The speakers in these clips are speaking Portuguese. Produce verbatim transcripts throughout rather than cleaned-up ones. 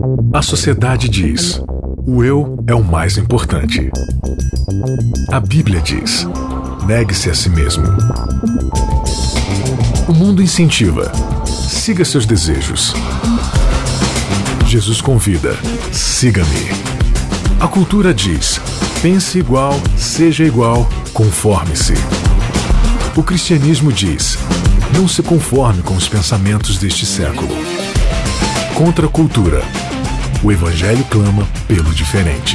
A sociedade diz: o eu é o mais importante. A Bíblia diz: negue-se a si mesmo. O mundo incentiva: siga seus desejos. Jesus convida: siga-me. A cultura diz: pense igual, seja igual, conforme-se. O cristianismo diz: não se conforme com os pensamentos deste século. Contra a cultura, o Evangelho clama pelo diferente.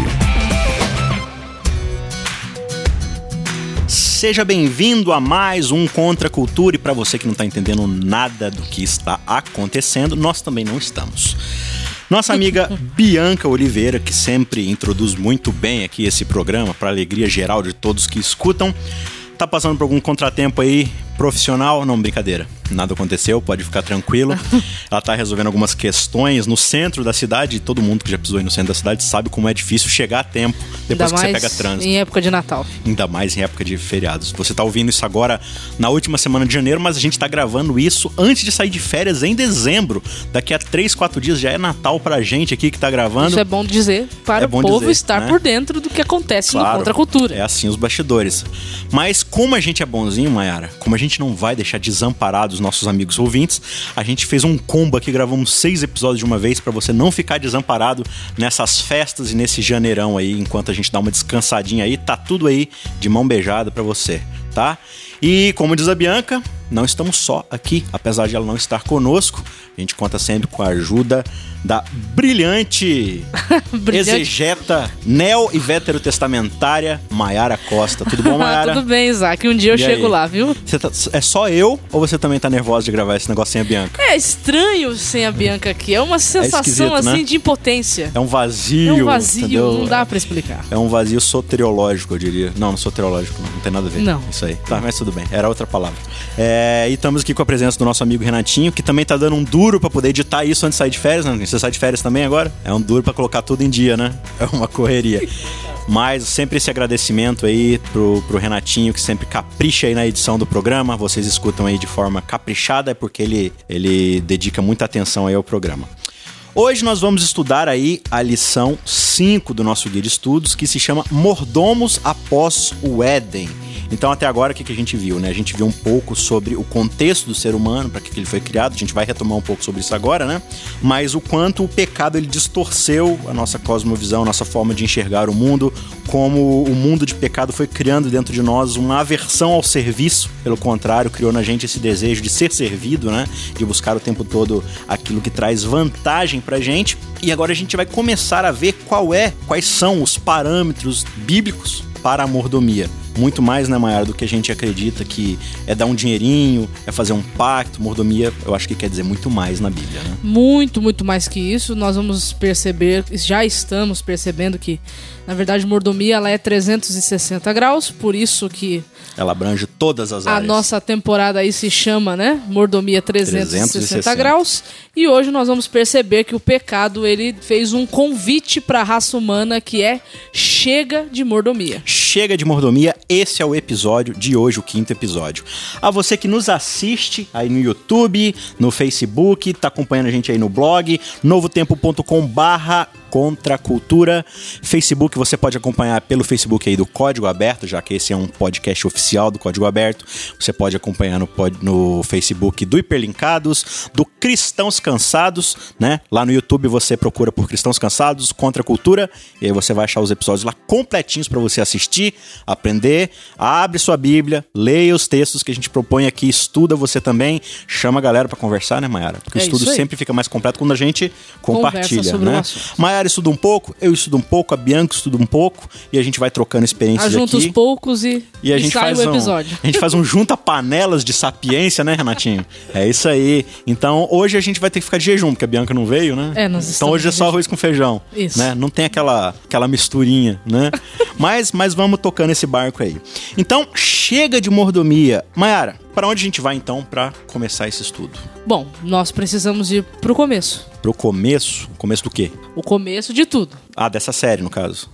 Seja bem-vindo a mais um Contra a Cultura, e para você que não está entendendo nada do que está acontecendo, nós também não estamos. Nossa amiga Bianca Oliveira, que sempre introduz muito bem aqui esse programa, para a alegria geral de todos que escutam, tá passando por algum contratempo aí profissional? Não, brincadeira. Nada aconteceu, pode ficar tranquilo. Ela tá resolvendo algumas questões no centro da cidade, e todo mundo que já pisou aí no centro da cidade sabe como é difícil chegar a tempo depois que você pega trânsito. Em época de Natal. Ainda mais em época de feriados. Você tá ouvindo isso agora na última semana de janeiro, mas a gente tá gravando isso antes de sair de férias em dezembro. Daqui a três, quatro dias já é Natal pra gente aqui que tá gravando. Isso é bom dizer para é o povo dizer, estar né? por dentro do que acontece claro, no Contra a Cultura. É assim os bastidores. Mas como a gente é bonzinho, Mayara, como a gente não vai deixar desamparados os nossos amigos ouvintes, a gente fez um combo aqui, gravamos seis episódios de uma vez pra você não ficar desamparado nessas festas e nesse janeirão aí, enquanto a gente dá uma descansadinha aí, tá tudo aí de mão beijada pra você, tá? E como diz a Bianca, não estamos só aqui, apesar de ela não estar conosco, a gente conta sempre com a ajuda da brilhante, brilhante. exegeta neo e veterotestamentária Mayara Costa. Tudo bom, Mayara? Tudo bem, Isaac. Um dia eu e chego aí? lá, viu? Você tá, é só eu ou você também tá nervosa de gravar esse negócio sem a Bianca? É estranho sem a Bianca aqui. É uma sensação é assim, né? de impotência. É um vazio. É um vazio, entendeu? Não dá pra explicar. É um vazio soteriológico, eu diria. Não, não soteriológico, não, não tem nada a ver. Não. Isso aí. Tá, mas tudo bem. Era outra palavra. É, e estamos aqui com a presença do nosso amigo Renatinho, que também tá dando um duro pra poder editar isso antes de sair de férias, né? Você sai de férias também agora? É um duro pra colocar tudo em dia, né? É uma correria. Mas sempre esse agradecimento aí pro, pro Renatinho, que sempre capricha aí na edição do programa. Vocês escutam aí de forma caprichada, é porque ele, ele dedica muita atenção aí ao programa. Hoje nós vamos estudar aí a lição cinco do nosso guia de estudos, que se chama Mordomos após o Éden. Então até agora o que a gente viu, né? A gente viu um pouco sobre o contexto do ser humano, para que ele foi criado, a gente vai retomar um pouco sobre isso agora, né? Mas o quanto o pecado ele distorceu a nossa cosmovisão, a nossa forma de enxergar o mundo, como o mundo de pecado foi criando dentro de nós uma aversão ao serviço, pelo contrário, criou na gente esse desejo de ser servido, né? De buscar o tempo todo aquilo que traz vantagem pra gente. E agora a gente vai começar a ver qual é, quais são os parâmetros bíblicos para a mordomia. Muito mais, né, Mayara, do que a gente acredita que é dar um dinheirinho, é fazer um pacto. Mordomia, eu acho que quer dizer muito mais na Bíblia, né? Muito, muito mais que isso. Nós vamos perceber, já estamos percebendo que, na verdade, mordomia ela é trezentos e sessenta graus, por isso que ela abrange todas as áreas. A nossa temporada aí se chama, né, Mordomia trezentos e sessenta graus. E hoje nós vamos perceber que o pecado, ele fez um convite para a raça humana, que é chega de mordomia. Chega de mordomia, esse é o episódio de hoje, o quinto episódio. A você que nos assiste aí no YouTube, no Facebook, tá acompanhando a gente aí no blog, novotempo ponto com barra Contra a Cultura. Facebook, você pode acompanhar pelo Facebook aí do Código Aberto, já que esse é um podcast oficial do Código Aberto. Você pode acompanhar no, pod, no Facebook do Hiperlinkados, do Cristãos Cansados, né? Lá no YouTube você procura por Cristãos Cansados, Contra a Cultura, e aí você vai achar os episódios lá completinhos para você assistir, aprender. Abre sua Bíblia, leia os textos que a gente propõe aqui, estuda você também, chama a galera para conversar, né, Mayara? Porque é o estudo sempre fica mais completo quando a gente compartilha, sobre né? Mayara estuda um pouco, eu estudo um pouco, a Bianca estuda um pouco, e a gente vai trocando experiências aqui. Junta os poucos e, e, a e gente sai faz o um, episódio. A gente faz um junta-panelas de sapiência, né, Renatinho? É isso aí. Então, hoje a gente vai ter que ficar de jejum, porque a Bianca não veio, né? É, nós então hoje é só arroz com feijão. Isso. Né? Não tem aquela, aquela misturinha, né? mas, mas vamos tocando esse barco aí. Então, chega de mordomia. Mayara, para onde a gente vai então para começar esse estudo? Bom, nós precisamos ir pro começo. Pro começo? Começo do quê? O começo de tudo. Ah, dessa série, no caso. É.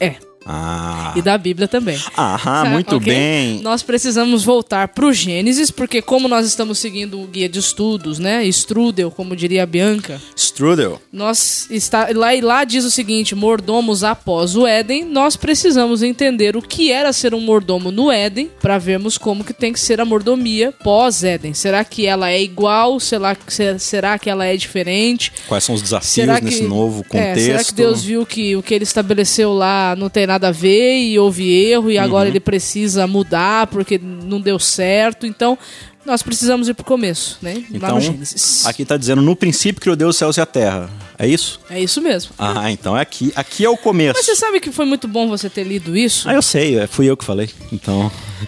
Ah. E da Bíblia também. Aham, muito okay? bem. Nós precisamos voltar para o Gênesis, porque como nós estamos seguindo o guia de estudos, né? Strudel, como diria a Bianca. Strudel. Nós está, lá, e lá diz o seguinte, mordomos após o Éden, nós precisamos entender o que era ser um mordomo no Éden, para vermos como que tem que ser a mordomia pós-Éden. Será que ela é igual? Será, será que ela é diferente? Quais são os desafios que, nesse novo contexto? É, será que Deus viu que o que ele estabeleceu lá não tem nada nada a ver e houve erro e agora uhum. ele precisa mudar porque não deu certo, então nós precisamos ir pro começo, né? Então, lá no Gênesis. Aqui tá dizendo, no princípio criou Deus os céus e a terra, é isso? É isso mesmo. Ah, então é aqui, aqui é o começo. Mas você sabe que foi muito bom você ter lido isso? Ah, eu sei, fui eu que falei, então...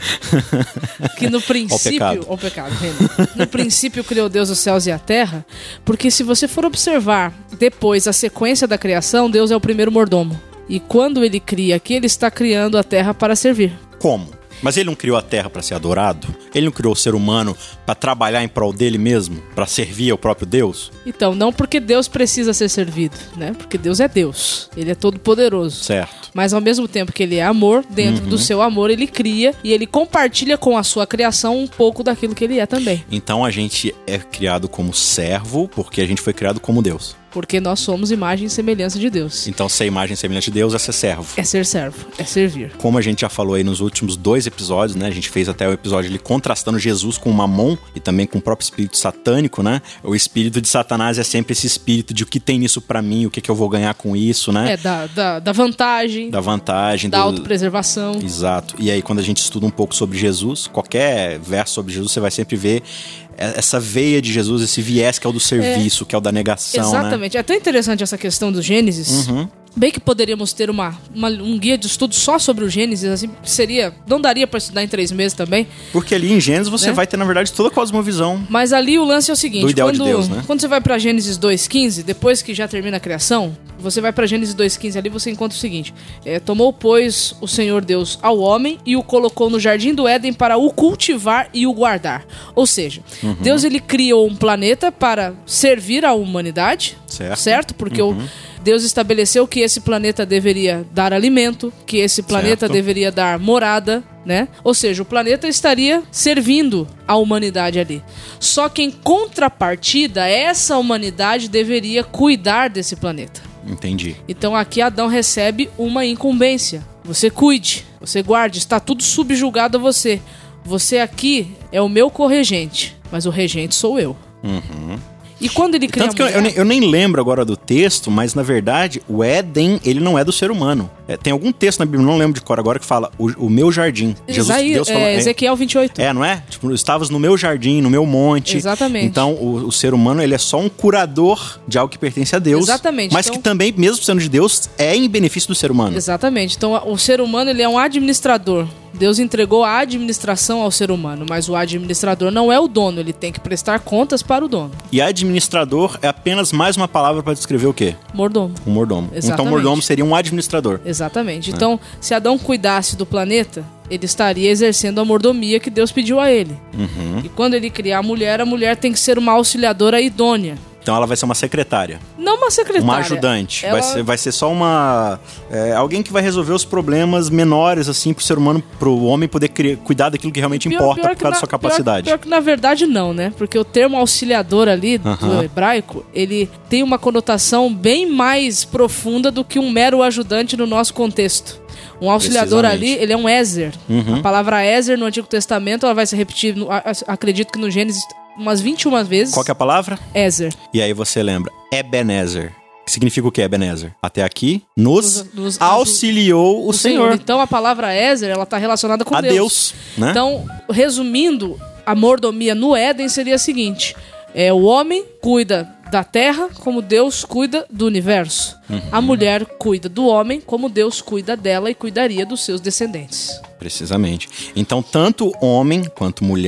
Que no princípio... Ó o pecado. Ó o pecado, vendo? No princípio criou Deus os céus e a terra, porque se você for observar depois a sequência da criação, Deus é o primeiro mordomo. E quando ele cria aqui, ele está criando a terra para servir. Como? Mas ele não criou a terra para ser adorado? Ele não criou o ser humano para trabalhar em prol dele mesmo? Para servir ao próprio Deus? Então, não porque Deus precisa ser servido, né? Porque Deus é Deus. Ele é todo poderoso. Certo. Mas ao mesmo tempo que ele é amor, dentro uhum. do seu amor ele cria e ele compartilha com a sua criação um pouco daquilo que ele é também. Então a gente é criado como servo porque a gente foi criado como Deus. Porque nós somos imagem e semelhança de Deus. Então ser imagem e semelhança de Deus é ser servo. É ser servo, é servir. Como a gente já falou aí nos últimos dois episódios, né? A gente fez até o episódio ali contrastando Jesus com Mamon e também com o próprio espírito satânico, né? O espírito de Satanás é sempre esse espírito de o que tem nisso pra mim, o que, que eu vou ganhar com isso, né? É, da, da, da vantagem. Da vantagem. Da do... autopreservação. Exato. E aí quando a gente estuda um pouco sobre Jesus, qualquer verso sobre Jesus, você vai sempre ver essa veia de Jesus, esse viés que é o do serviço, é, que é o da negação, exatamente. Né? É tão interessante essa questão do Gênesis. Uhum. Bem que poderíamos ter uma, uma, um guia de estudo só sobre o Gênesis, assim, seria... Não daria pra estudar em três meses também. Porque ali em Gênesis você né? vai ter, na verdade, toda a cosmovisão. Mas ali o lance é o seguinte... Do ideal quando, de Deus, né? Quando você vai pra Gênesis dois quinze, depois que já termina a criação, você vai pra Gênesis dois quinze ali, você encontra o seguinte... É, tomou, pois, o Senhor Deus ao homem e o colocou no jardim do Éden para o cultivar e o guardar. Ou seja, uhum. Deus ele criou um planeta para servir à humanidade, certo? certo? Porque uhum. o Deus estabeleceu que esse planeta deveria dar alimento, que esse planeta certo. deveria dar morada, né? Ou seja, o planeta estaria servindo a humanidade ali. Só que em contrapartida, essa humanidade deveria cuidar desse planeta. Entendi. Então aqui Adão recebe uma incumbência. Você cuide, você guarde, está tudo subjugado a você. Você aqui é o meu corregente, mas o regente sou eu. Uhum. E quando ele cria Tanto que eu, eu, nem, eu nem lembro agora do texto, mas na verdade o Éden, ele não é do ser humano. É, tem algum texto na Bíblia, não lembro de cor agora, que fala o, o meu jardim. Jesus, Isaí, Deus fala, é, Ezequiel vinte e oito. É, não é? Tipo, estavas no meu jardim, no meu monte. Exatamente. Então o, o ser humano, ele é só um curador de algo que pertence a Deus. Exatamente. Mas então, que também, mesmo sendo de Deus, é em benefício do ser humano. Exatamente. Então o ser humano, ele é um administrador. Deus entregou a administração ao ser humano, mas o administrador não é o dono, ele tem que prestar contas para o dono. E administrador é apenas mais uma palavra para descrever o quê? Mordomo. Um mordomo. Exatamente. Então mordomo seria um administrador. Exatamente. É. Então, se Adão cuidasse do planeta, ele estaria exercendo a mordomia que Deus pediu a ele. Uhum. E quando ele criar a mulher, a mulher tem que ser uma auxiliadora idônea. Então ela vai ser uma secretária. Não uma secretária. Uma ajudante. Ela... Vai, ser, vai ser só uma... É, alguém que vai resolver os problemas menores, assim, pro ser humano, pro homem poder criar, cuidar daquilo que realmente pior, importa pior por causa na, da sua capacidade. Pior, pior que na verdade não, né? Porque o termo auxiliador ali, do uh-huh. hebraico, ele tem uma conotação bem mais profunda do que um mero ajudante no nosso contexto. Um auxiliador ali, ele é um Ézer. Uhum. A palavra Ézer no Antigo Testamento, ela vai se repetir, no, acredito que no Gênesis, umas vinte e uma vezes. Qual que é a palavra? Ézer. E aí você lembra, Ebenezer. Que significa o que, Ebenezer? Até aqui, nos, nos, nos auxiliou o, o Senhor. Senhor. Então a palavra Ézer, ela está relacionada com a Deus. Deus, né? Então, resumindo, a mordomia no Éden seria a seguinte: é, o homem cuida da terra como Deus cuida do universo. Uhum. A mulher cuida do homem como Deus cuida dela e cuidaria dos seus descendentes. Precisamente. Então, tanto homem quanto mulher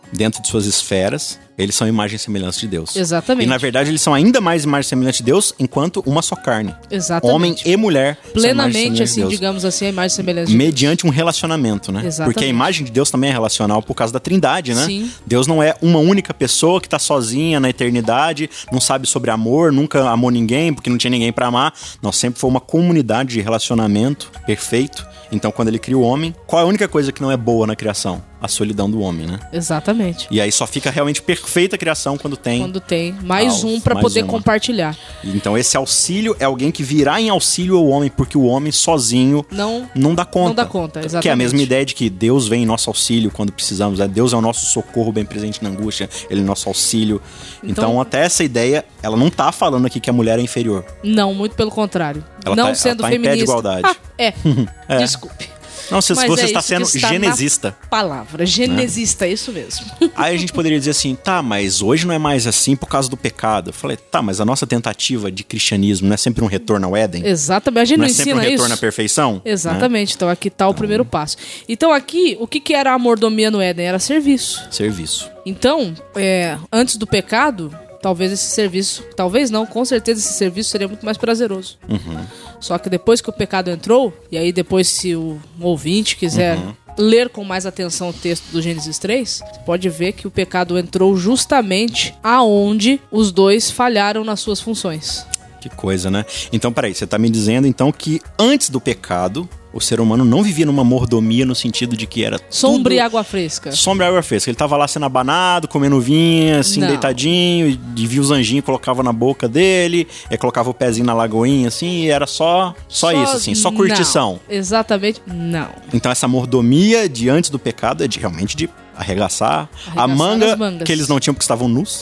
dentro de suas esferas, eles são imagem e semelhança de Deus. Exatamente. E na verdade eles são ainda mais imagem e semelhança de Deus enquanto uma só carne. Exatamente. Homem e mulher. Plenamente, assim, de digamos assim, a imagem e semelhança de mediante Deus. Um relacionamento, né? Exatamente. Porque a imagem de Deus também é relacional por causa da Trindade, né? Sim. Deus não é uma única pessoa que está sozinha na eternidade, não sabe sobre amor, nunca amou ninguém porque não tinha ninguém para amar. Não, sempre foi uma comunidade de relacionamento perfeito. Então, quando ele cria o homem, qual é a única coisa que não é boa na criação? A solidão do homem, né? Exatamente. E aí só fica realmente perfeita a criação quando tem... Quando tem mais Al- um para mais poder uma. compartilhar. Então esse auxílio é alguém que virá em auxílio ao homem, porque o homem sozinho Não, não dá conta. não dá conta, exatamente. Que é a mesma ideia de que Deus vem em nosso auxílio quando precisamos. Né? Deus é o nosso socorro bem presente na angústia. Ele é nosso auxílio. Então, Então, até essa ideia, ela não tá falando aqui que a mulher é inferior. Não, muito pelo contrário. Ela não tá- sendo ela tá em pé de feminista. igualdade. Ah, é. É. Desculpe. Não, se Mas você é está isso sendo que está genesista. na palavra, genesista, é isso mesmo. Aí a gente poderia dizer assim, tá, mas hoje não é mais assim por causa do pecado. Eu falei, tá, mas a nossa tentativa de cristianismo não é sempre um retorno ao Éden? Exatamente, a gente Não não, é sempre um ensina retorno isso. à perfeição? Exatamente, então aqui está o primeiro passo. Então aqui, o que, que era a mordomia no Éden? Era serviço. Serviço. Então, é, antes do pecado, talvez esse serviço, talvez não, com certeza esse serviço seria muito mais prazeroso. Uhum. Só que depois que o pecado entrou, e aí depois se o ouvinte quiser Uhum. ler com mais atenção o texto do Gênesis três, você pode ver que o pecado entrou justamente aonde os dois falharam nas suas funções. Que coisa, né? Então, peraí, você tá me dizendo então que antes do pecado, o ser humano não vivia numa mordomia no sentido de que era Sombra tudo... e água fresca. Sombra e água fresca. Ele tava lá sendo abanado, comendo vinho, assim, Não. deitadinho, e, e via os anjinhos, colocava na boca dele, e colocava o pezinho na lagoinha, assim, e era só, só, isso, assim, só curtição. Não, exatamente, não. Então essa mordomia de antes do pecado é de, realmente de arregaçar, Arregaçar a manga as mangas. que eles não tinham porque estavam nus.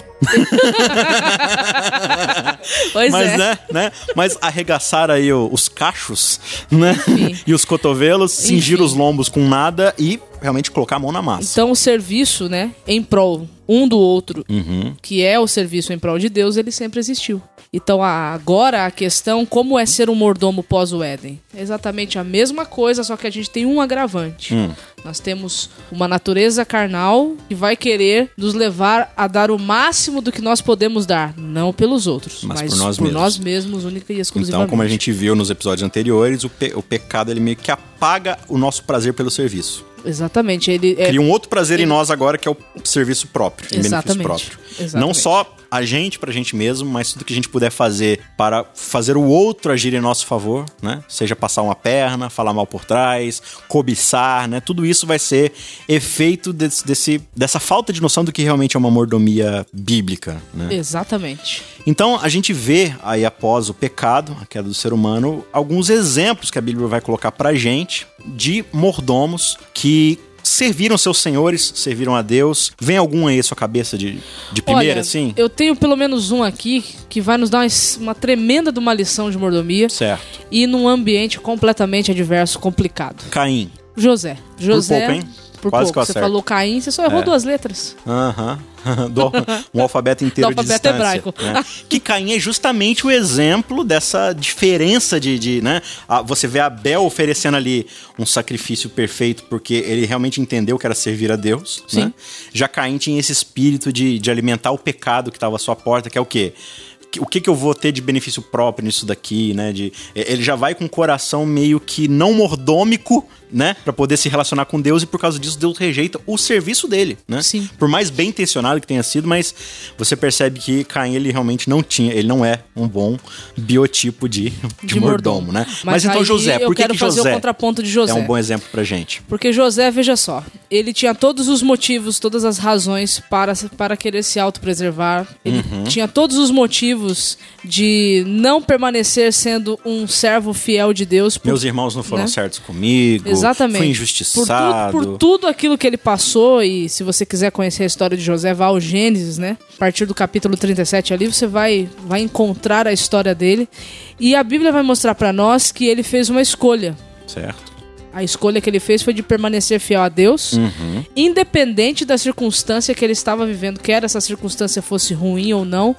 Pois Mas, é. né, né? Mas arregaçar aí o- os cachos, né? Enfim. E os cotovelos, cingir Enfim. os lombos com nada e realmente colocar a mão na massa. Então o serviço, né, em prol um do outro, Uhum. que é o serviço em prol de Deus, ele sempre existiu. Então a- agora a questão, como é ser um mordomo pós o Éden? É exatamente a mesma coisa, só que a gente tem um agravante. Hum. Nós temos uma natureza carnal que vai querer nos levar a dar o máximo do que nós podemos dar, não pelos outros, Mas mas, por nós por mesmos. nós mesmos, única e exclusivamente. Então, como a gente viu nos episódios anteriores, o, pe- o pecado ele meio que apaga o nosso prazer pelo serviço. Exatamente, ele é Cria um outro prazer em ele- nós agora, que é o serviço próprio, em benefício Exatamente. próprio. Exatamente. Não só a gente pra gente mesmo, mas tudo que a gente puder fazer para fazer o outro agir em nosso favor, né? Seja passar uma perna, falar mal por trás, cobiçar, né? Tudo isso vai ser efeito desse, desse- dessa falta de noção do que realmente é uma mordomia bíblica, né? Exatamente. Então, a gente vê aí após o pecado, a queda do ser humano, alguns exemplos que a Bíblia vai colocar pra gente de mordomos que serviram seus senhores, serviram a Deus. Vem algum aí à sua cabeça de, de primeira, Olha, assim? eu tenho pelo menos um aqui que vai nos dar uma, uma tremenda de uma lição de mordomia Certo. e num ambiente completamente adverso, complicado. Caim. José. José. pouco, hein? Por Quase pouco. que eu Você acerto. falou Caim, você só errou É. duas letras. Aham. Do- um alfabeto inteiro Do de alfabeto distância. hebraico. Né? Que Caim é justamente o exemplo dessa diferença de, de né? Ah, você vê Abel oferecendo ali um sacrifício perfeito porque ele realmente entendeu que era servir a Deus. Sim. Né? Já Caim tinha esse espírito de, de alimentar o pecado que estava à sua porta, que é o quê? O que, que eu vou ter de benefício próprio nisso daqui, né? De, ele já vai com o coração meio que não mordômico, né? Pra poder se relacionar com Deus, e por causa disso Deus rejeita o serviço dele, né? Sim. Por mais bem intencionado que tenha sido, mas você percebe que Caim, ele realmente não tinha, ele não é um bom biotipo de, de, De mordomo, mordomo. né? Mas Mas, então aí José, eu por que quero que fazer José o contraponto de José. é um bom exemplo pra gente? Porque José, veja só, ele tinha todos os motivos, todas as razões para, para querer se autopreservar. Ele Uhum. tinha todos os motivos de não permanecer sendo um servo fiel de Deus. por- Meus irmãos não foram né? certos comigo, Exatamente. fui Por, injustiçado. tudo, por tudo aquilo que ele passou, e se você quiser conhecer a história de José, vá ao Gênesis, né? A partir do capítulo trinta e sete ali, você vai, vai encontrar a história dele. E a Bíblia vai mostrar para nós que ele fez uma escolha. Certo. A escolha que ele fez foi de permanecer fiel a Deus, Uhum. independente da circunstância que ele estava vivendo, quer essa circunstância fosse ruim ou não.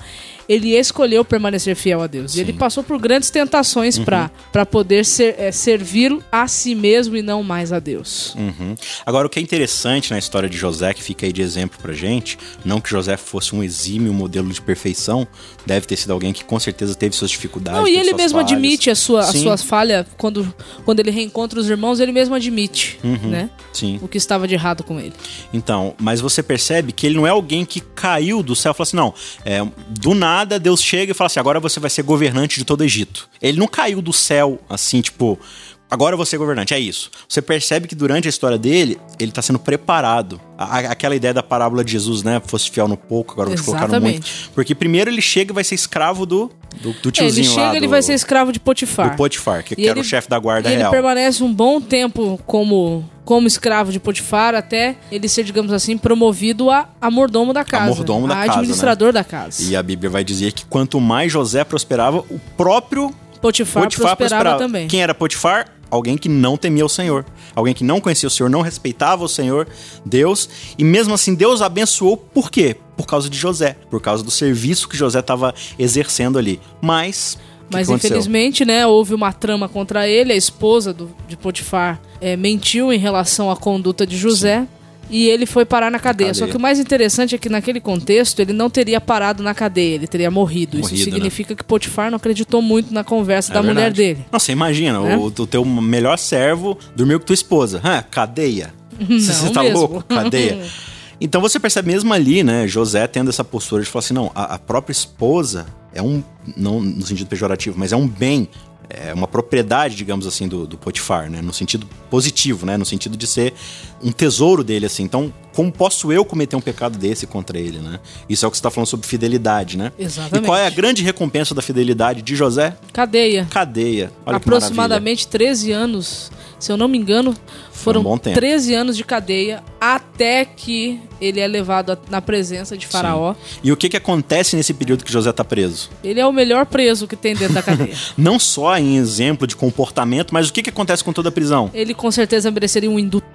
ele escolheu permanecer fiel a Deus. Sim. E ele passou por grandes tentações uhum. para poder ser, é, servir a si mesmo e não mais a Deus. Uhum. Agora, o que é interessante na história de José, que fica aí de exemplo pra gente, não que José fosse um exímio modelo de perfeição, deve ter sido alguém que com certeza teve suas dificuldades. Não, e ele suas mesmo falhas. admite a sua, a sua falha quando, quando ele reencontra os irmãos, ele mesmo admite, uhum. né? Sim. O que estava de errado com ele. Então, mas você percebe que ele não é alguém que caiu do céu e falou assim, não, é, do nada Deus chega e fala assim, agora você vai ser governante de todo o Egito. Ele não caiu do céu assim, tipo, agora eu vou ser governante, é isso. Você percebe que durante a história dele, ele está sendo preparado. A, aquela ideia da parábola de Jesus, né? Fosse fiel no pouco, agora vou te colocar no muito. Porque primeiro ele chega e vai ser escravo do, do, do tiozinho é, ele chega lá. Ele do, vai ser escravo de Potifar. Do Potifar, que, que ele, era o chefe da guarda e real. Ele permanece um bom tempo como, como escravo de Potifar, até ele ser, digamos assim, promovido a, a mordomo da casa. A mordomo da a casa, administrador né? da casa. E a Bíblia vai dizer que quanto mais José prosperava, o próprio Potifar, Potifar prosperava, prosperava também. Quem era Potifar? Alguém que não temia o Senhor. Alguém que não conhecia o Senhor, não respeitava o Senhor, Deus. E mesmo assim, Deus abençoou por quê? Por causa de José. Por causa do serviço que José estava exercendo ali. Mas... Mas infelizmente, né, houve uma trama contra ele. A esposa do, de Potifar é, mentiu em relação à conduta de José. Sim. E ele foi parar na cadeia. cadeia. Só que o mais interessante é que naquele contexto ele não teria parado na cadeia, ele teria morrido. morrido Isso significa, né, que Potifar não acreditou muito na conversa é da verdade. mulher dele. Nossa, imagina, é? o, o teu melhor servo dormiu com tua esposa. Ah, cadeia. Não, você tá mesmo. louco? Cadeia. Então você percebe mesmo ali, né, José tendo essa postura de falar assim, não, a, a própria esposa é um, não no sentido pejorativo, mas é um bem, é uma propriedade, digamos assim, do, do Potifar, né? No sentido positivo, né? No sentido de ser um tesouro dele, assim. Então, como posso eu cometer um pecado desse contra ele, né? Isso é o que você está falando sobre fidelidade, né? Exatamente. E qual é a grande recompensa da fidelidade de José? Cadeia. Cadeia. Olha aproximadamente treze anos, se eu não me engano, foram um treze anos de cadeia até que ele é levado na presença de Faraó. Sim. E o que, que acontece nesse período que José está preso? Ele é o melhor preso que tem dentro da cadeia. Não só em exemplo de comportamento, mas o que, que acontece com toda a prisão? Ele com certeza mereceria um induto.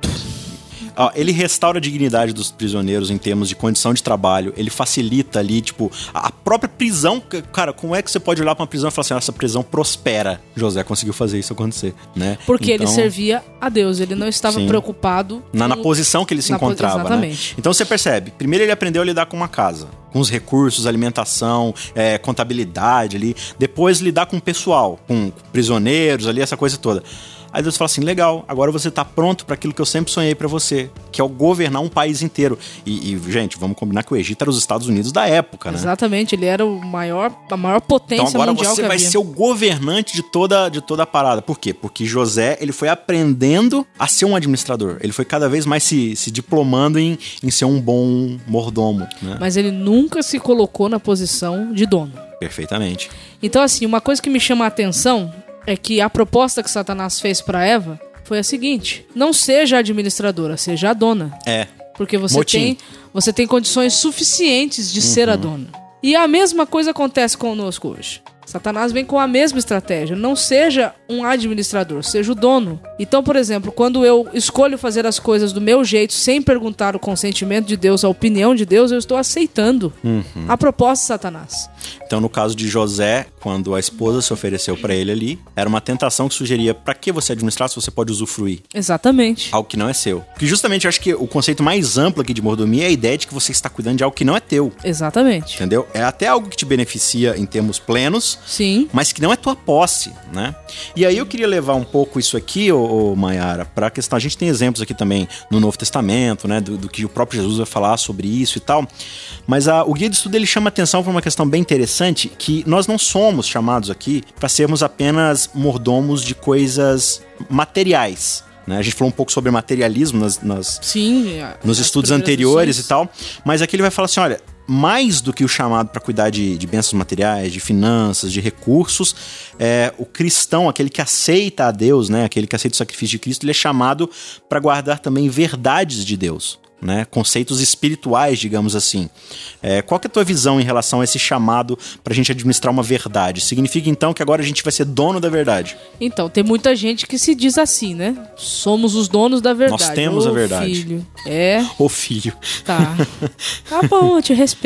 Ó, ele restaura a dignidade dos prisioneiros em termos de condição de trabalho. Ele facilita ali, tipo, a própria prisão. Cara, como é que você pode olhar pra uma prisão e falar assim, essa prisão prospera? José conseguiu fazer isso acontecer, né? Porque então, ele servia a Deus, ele não estava sim, preocupado na, na posição que ele se encontrava, exatamente, né? Então você percebe, primeiro ele aprendeu a lidar com uma casa, com os recursos, alimentação, é, contabilidade ali. Depois lidar com o pessoal, com prisioneiros ali, essa coisa toda. Aí Deus fala assim, legal, agora você tá pronto para aquilo que eu sempre sonhei para você, que é o governar um país inteiro. E, e, gente, vamos combinar que o Egito era os Estados Unidos da época, né? Exatamente, ele era o maior, a maior potência mundial que havia. Então agora você vai ser o governante de toda, de toda a parada. Por quê? Porque José, ele foi aprendendo a ser um administrador. Ele foi cada vez mais se, se diplomando em, em ser um bom mordomo, né? Mas ele nunca se colocou na posição de dono. Perfeitamente. Então, assim, uma coisa que me chama a atenção é que a proposta que Satanás fez para Eva foi a seguinte: não seja a administradora, seja a dona. É. Porque você tem, você tem condições suficientes de uhum. ser a dona. E a mesma coisa acontece conosco hoje. Satanás vem com a mesma estratégia. Não seja um administrador, seja o dono. Então, por exemplo, quando eu escolho fazer as coisas do meu jeito, sem perguntar o consentimento de Deus, a opinião de Deus, eu estou aceitando uhum. a proposta de Satanás. Então, no caso de José, quando a esposa se ofereceu para ele ali, era uma tentação que sugeria, para que você administrar se você pode usufruir? Exatamente. Algo que não é seu. Porque justamente eu acho que o conceito mais amplo aqui de mordomia é a ideia de que você está cuidando de algo que não é teu. Exatamente. Entendeu? É até algo que te beneficia em termos plenos, sim, mas que não é tua posse, né? E aí eu queria levar um pouco isso aqui, ô, ô Mayara, para a questão, a gente tem exemplos aqui também no Novo Testamento, né, do, do que o próprio Jesus vai falar sobre isso e tal, mas a, o Guia de Estudo ele chama atenção para uma questão bem interessante, que nós não somos chamados aqui para sermos apenas mordomos de coisas materiais, né? A gente falou um pouco sobre materialismo nas, nas, Sim, nos estudos anteriores e tal, mas aqui ele vai falar assim, olha, mais do que o chamado para cuidar de, de bênçãos materiais, de finanças, de recursos, é, o cristão, aquele que aceita a Deus, né, aquele que aceita o sacrifício de Cristo, ele é chamado para guardar também verdades de Deus, né, conceitos espirituais, digamos assim. É, qual que é a tua visão em relação a esse chamado para a gente administrar uma verdade? Significa então que agora a gente vai ser dono da verdade? Então, tem muita gente que se diz assim, né? Somos os donos da verdade. Nós temos Ô, a verdade. Filho. É. Ô filho. Tá. Tá bom, eu te respeito.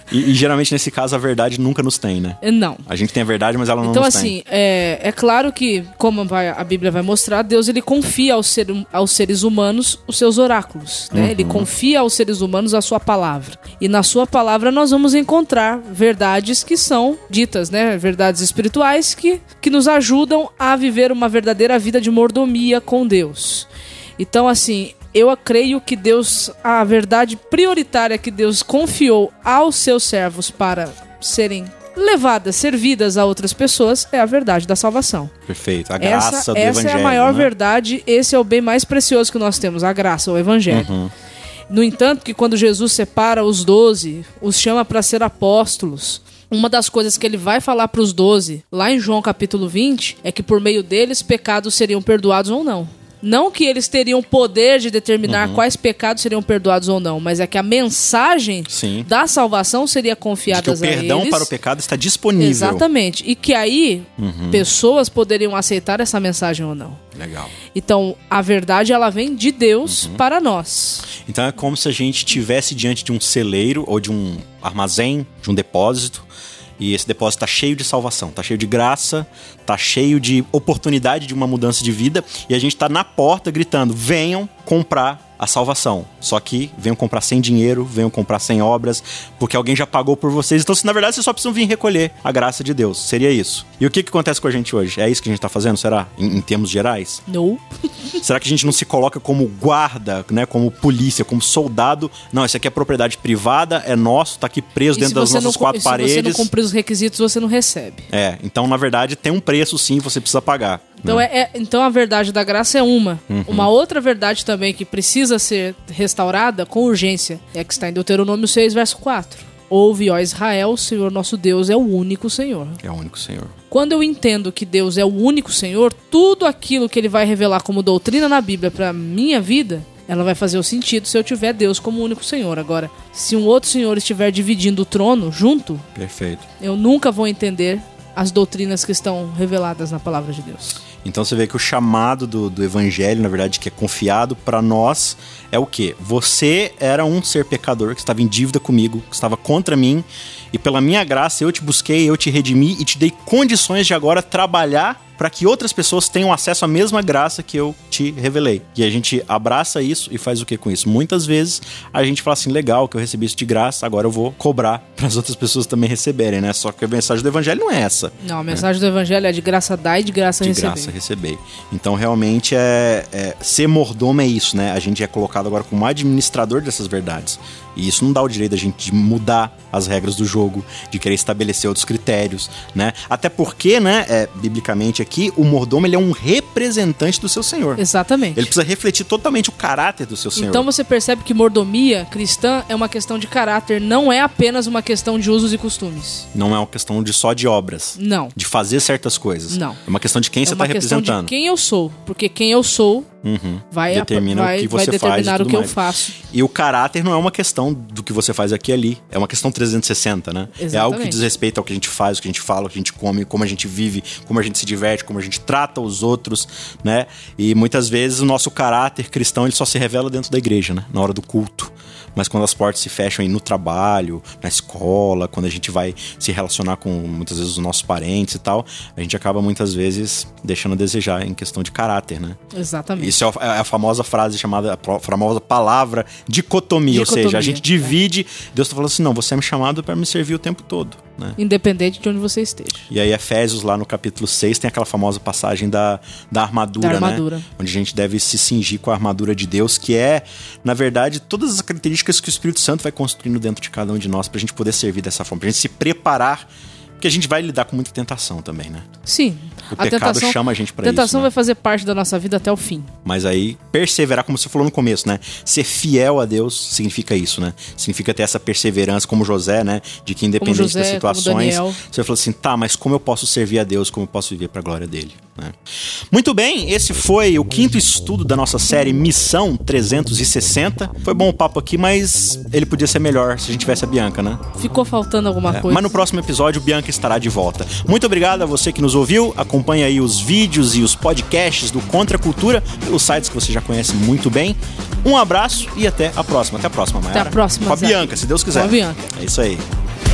E, e geralmente nesse caso a verdade nunca nos tem, né? Não. A gente tem a verdade, mas ela não então, nos assim, tem. Então, assim, é, é claro que, como vai, a Bíblia vai mostrar, Deus ele confia aos, ser, aos seres humanos os seus oráculos, né? Uhum. Ele confia aos seres humanos a sua palavra. E na sua palavra nós vamos encontrar verdades que são ditas, né? Verdades espirituais que, que nos ajudam a viver uma verdadeira vida de mordomia com Deus. Então, assim, eu creio que Deus, a verdade prioritária que Deus confiou aos seus servos para serem levadas, servidas a outras pessoas, é a verdade da salvação. Perfeito, a graça essa, do essa evangelho. Essa é a maior né? verdade, esse é o bem mais precioso que nós temos, a graça, o evangelho. Uhum. No entanto, que quando Jesus separa os doze, os chama para ser apóstolos, uma das coisas que ele vai falar para os doze, lá em João capítulo vinte, é que por meio deles pecados seriam perdoados ou não. Não que eles teriam poder de determinar uhum. quais pecados seriam perdoados ou não, mas é que a mensagem Sim. da salvação seria confiada a eles. O perdão para o pecado está disponível. Exatamente. E que aí uhum. pessoas poderiam aceitar essa mensagem ou não. Legal. Então, a verdade ela vem de Deus uhum. para nós. Então é como se a gente estivesse diante de um celeiro ou de um armazém, de um depósito. E esse depósito está cheio de salvação, está cheio de graça, está cheio de oportunidade de uma mudança de vida. E a gente está na porta gritando, venham comprar a salvação. Só que venham comprar sem dinheiro, venham comprar sem obras, porque alguém já pagou por vocês. Então, se na verdade, vocês só precisam vir recolher a graça de Deus. Seria isso. E o que, que acontece com a gente hoje? É isso que a gente está fazendo, será? Em, em termos gerais? Não. Será que a gente não se coloca como guarda, né? Como polícia, como soldado? Não, isso aqui é propriedade privada, é nosso, está aqui preso e dentro das nossas não, quatro paredes. Se você não cumprir os requisitos, você não recebe. É, então, na verdade, tem um preço sim, você precisa pagar. Então, é, é, então a verdade da graça é uma. Uhum. Uma outra verdade também que precisa ser restaurada com urgência é a que está em Deuteronômio seis, verso quatro. Ouve, ó Israel, o Senhor nosso Deus é o único Senhor. É o único Senhor. Quando eu entendo que Deus é o único Senhor, tudo aquilo que Ele vai revelar como doutrina na Bíblia para minha vida, ela vai fazer o sentido se eu tiver Deus como único Senhor. Agora, se um outro Senhor estiver dividindo o trono junto, Perfeito. eu nunca vou entender as doutrinas que estão reveladas na palavra de Deus. Então você vê que o chamado do, do evangelho, na verdade, que é confiado para nós, é o quê? Você era um ser pecador que estava em dívida comigo, que estava contra mim, e pela minha graça eu te busquei, eu te redimi e te dei condições de agora trabalhar para que outras pessoas tenham acesso à mesma graça que eu te revelei. E a gente abraça isso e faz o que com isso? Muitas vezes a gente fala assim, legal que eu recebi isso de graça, agora eu vou cobrar para as outras pessoas também receberem, né? Só que a mensagem do evangelho não é essa. Não, a mensagem né? do evangelho é de graça dar e de graça de receber. De graça receber. Então realmente é, é ser mordomo é isso, né? A gente é colocado agora como administrador dessas verdades. E isso não dá o direito da gente de mudar as regras do jogo, de querer estabelecer outros critérios, né? Até porque, né, é, biblicamente aqui, o mordomo ele é um representante do seu senhor. Exatamente. Ele precisa refletir totalmente o caráter do seu senhor. Então você percebe que mordomia cristã é uma questão de caráter, não é apenas uma questão de usos e costumes. Não é uma questão de só de obras. Não. De fazer certas coisas. Não. É uma questão de quem é você está representando. É uma questão de quem eu sou, porque quem eu sou uhum. vai, Determina vai, o que você vai faz determinar e o que mais. eu faço. E o caráter não é uma questão do que você faz aqui e ali. É uma questão trezentos e sessenta, né? Exatamente. É algo que diz respeito ao que a gente faz, o que a gente fala, o que a gente come, como a gente vive, como a gente se diverte, como a gente trata os outros, né? E muitas vezes o nosso caráter cristão ele só se revela dentro da igreja, né? Na hora do culto. Mas quando as portas se fecham aí no trabalho, na escola, quando a gente vai se relacionar com muitas vezes os nossos parentes e tal, a gente acaba muitas vezes deixando a desejar em questão de caráter, né? Exatamente. Isso é a famosa frase chamada, a famosa palavra dicotomia, dicotomia. Ou seja, a gente divide, é. Deus está falando assim, não, você é me chamado para me servir o tempo todo, né? Independente de onde você esteja. E aí Efésios lá no capítulo seis tem aquela famosa passagem da, da armadura, da armadura. né? Onde a gente deve se cingir com a armadura de Deus, que é, na verdade, todas as características que o Espírito Santo vai construindo dentro de cada um de nós pra gente poder servir dessa forma, pra gente se preparar, porque a gente vai lidar com muita tentação também, né? Sim. O a pecado tentação, chama a gente pra isso. A tentação né? vai fazer parte da nossa vida até o fim. Mas aí, perseverar, como você falou no começo, né? Ser fiel a Deus significa isso, né? Significa ter essa perseverança, como José, né? De que independente José, das situações, você falou assim, tá, mas como eu posso servir a Deus, como eu posso viver pra glória dele, né? Muito bem, esse foi o quinto estudo da nossa série Missão trezentos e sessenta. Foi bom o papo aqui, mas ele podia ser melhor se a gente tivesse a Bianca, né? Ficou faltando alguma é, coisa. Mas no próximo episódio, Bianca estará de volta. Muito obrigado a você que nos ouviu. Acompanhe aí os vídeos e os podcasts do Contra a Cultura pelos sites que você já conhece muito bem. Um abraço e até a próxima. Até a próxima, Mayara. Até a próxima, Com a Zé. Bianca, se Deus quiser. Com a Bianca. É isso aí.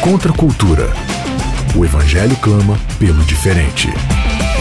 Contra a cultura. O Evangelho clama pelo diferente.